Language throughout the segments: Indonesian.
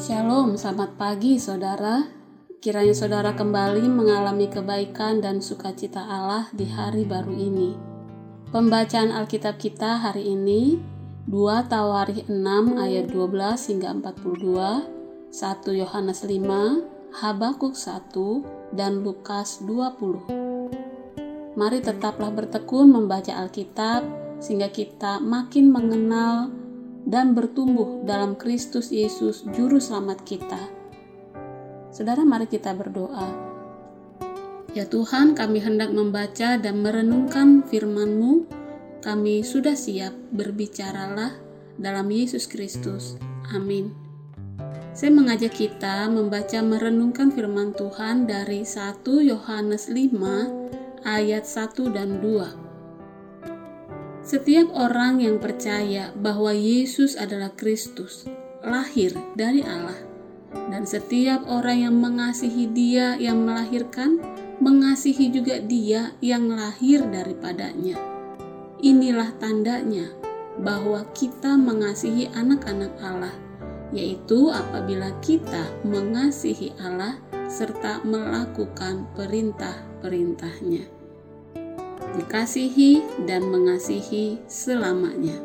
Shalom, selamat pagi saudara. Kiranya saudara kembali mengalami kebaikan dan sukacita Allah di hari baru ini. Pembacaan Alkitab kita hari ini 2 Tawarikh 6 ayat 12 hingga 42, 1 Yohanes 5, Habakuk 1, dan Lukas 20. Mari tetaplah bertekun membaca Alkitab sehingga kita makin mengenal dan bertumbuh dalam Kristus Yesus Juru Selamat kita. Saudara, mari kita berdoa. Ya Tuhan, kami hendak membaca dan merenungkan firman-Mu. Kami sudah siap, berbicaralah dalam Yesus Kristus. Amin. Saya mengajak kita membaca merenungkan firman Tuhan dari 1 Yohanes 5 ayat 1 dan 2. Setiap orang yang percaya bahwa Yesus adalah Kristus, lahir dari Allah, dan setiap orang yang mengasihi Dia yang melahirkan, mengasihi juga Dia yang lahir daripadanya. Inilah tandanya bahwa kita mengasihi anak-anak Allah, yaitu apabila kita mengasihi Allah serta melakukan perintah-perintahnya. Dikasihi dan mengasihi selamanya.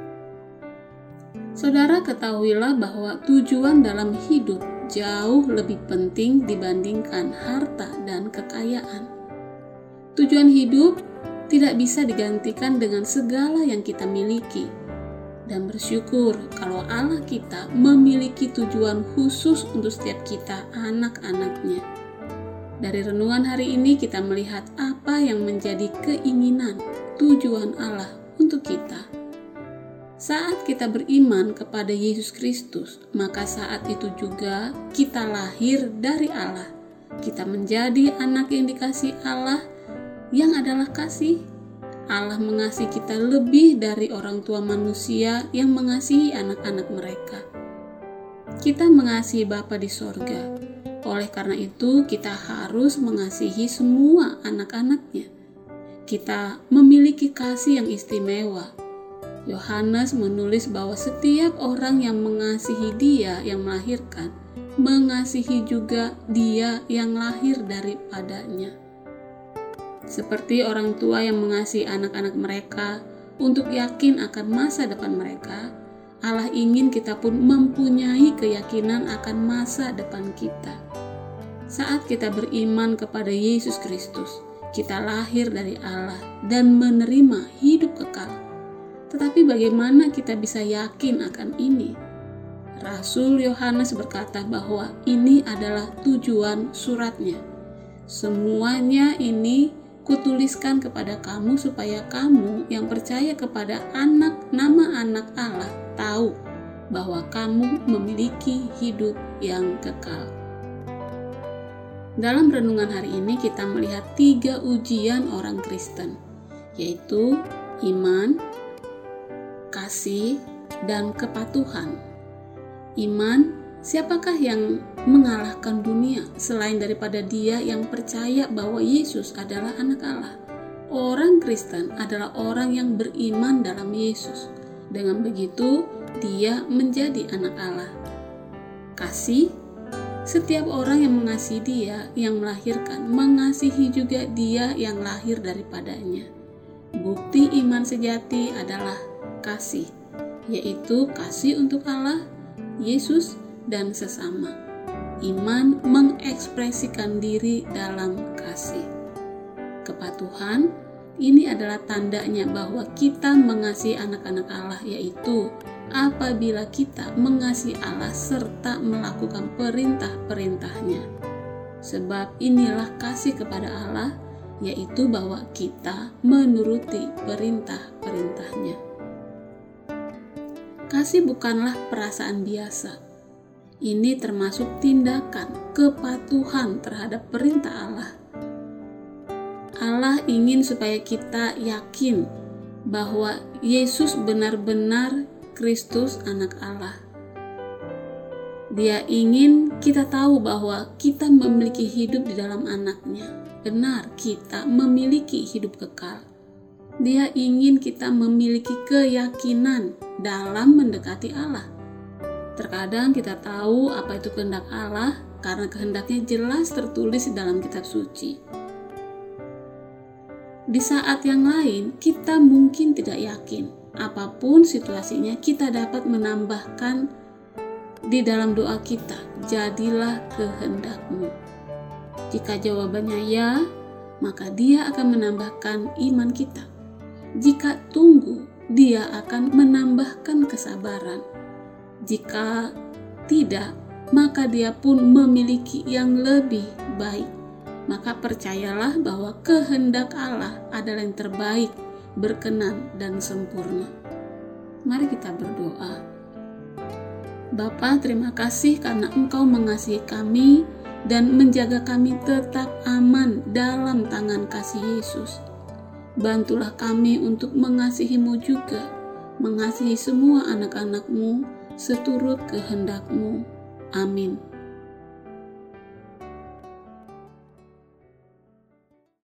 Saudara, ketahuilah bahwa tujuan dalam hidup jauh lebih penting dibandingkan harta dan kekayaan. Tujuan hidup tidak bisa digantikan dengan segala yang kita miliki. Dan bersyukur kalau Allah kita memiliki tujuan khusus untuk setiap kita anak-anaknya. Dari renungan hari ini kita melihat apa yang menjadi keinginan, tujuan Allah untuk kita. Saat kita beriman kepada Yesus Kristus, maka saat itu juga kita lahir dari Allah. Kita menjadi anak yang dikasihi Allah, yang adalah kasih. Allah mengasihi kita lebih dari orang tua manusia yang mengasihi anak-anak mereka. Kita mengasihi Bapa di sorga. Oleh karena itu, kita harus mengasihi semua anak-anaknya. Kita memiliki kasih yang istimewa. Yohanes menulis bahwa setiap orang yang mengasihi Dia yang melahirkan, mengasihi juga Dia yang lahir daripadanya. Seperti orang tua yang mengasihi anak-anak mereka untuk yakin akan masa depan mereka, Allah ingin kita pun mempunyai keyakinan akan masa depan kita. Saat kita beriman kepada Yesus Kristus, kita lahir dari Allah dan menerima hidup kekal. Tetapi bagaimana kita bisa yakin akan ini? Rasul Yohanes berkata bahwa ini adalah tujuan suratnya. Semuanya ini kutuliskan kepada kamu supaya kamu yang percaya kepada nama anak Allah tahu bahwa kamu memiliki hidup yang kekal. Dalam renungan hari ini kita melihat 3 ujian orang Kristen, yaitu iman, kasih, dan kepatuhan. Iman, siapakah yang mengalahkan dunia selain daripada dia yang percaya bahwa Yesus adalah anak Allah? Orang Kristen adalah orang yang beriman dalam Yesus. Dengan begitu, dia menjadi anak Allah. Kasih, setiap orang yang mengasihi Dia yang melahirkan, mengasihi juga Dia yang lahir daripadanya. Bukti iman sejati adalah kasih, yaitu kasih untuk Allah, Yesus, dan sesama. Iman mengekspresikan diri dalam kasih. Kepatuhan, ini adalah tandanya bahwa kita mengasihi anak-anak Allah, yaitu apabila kita mengasihi Allah serta melakukan perintah-perintahnya. Sebab inilah kasih kepada Allah, yaitu bahwa kita menuruti perintah-perintahnya. Kasih bukanlah perasaan biasa. Ini termasuk tindakan kepatuhan terhadap perintah Allah. Allah ingin supaya kita yakin bahwa Yesus benar-benar Kristus anak Allah. Dia ingin kita tahu bahwa kita memiliki hidup di dalam anaknya. Benar, kita memiliki hidup kekal. Dia ingin kita memiliki keyakinan dalam mendekati Allah. Terkadang kita tahu apa itu kehendak Allah karena kehendaknya jelas tertulis dalam kitab suci. Di saat yang lain, kita mungkin tidak yakin. Apapun situasinya, kita dapat menambahkan di dalam doa kita, jadilah kehendak-Mu. Jika jawabannya ya, maka Dia akan menambahkan iman kita. Jika tunggu, Dia akan menambahkan kesabaran. Jika tidak, maka Dia pun memiliki yang lebih baik. Maka percayalah bahwa kehendak Allah adalah yang terbaik, berkenan, dan sempurna. Mari kita berdoa. Bapa, terima kasih karena Engkau mengasihi kami dan menjaga kami tetap aman dalam tangan kasih Yesus. Bantulah kami untuk mengasihi-Mu juga, mengasihi semua anak-anak-Mu seturut kehendak-Mu. Amin.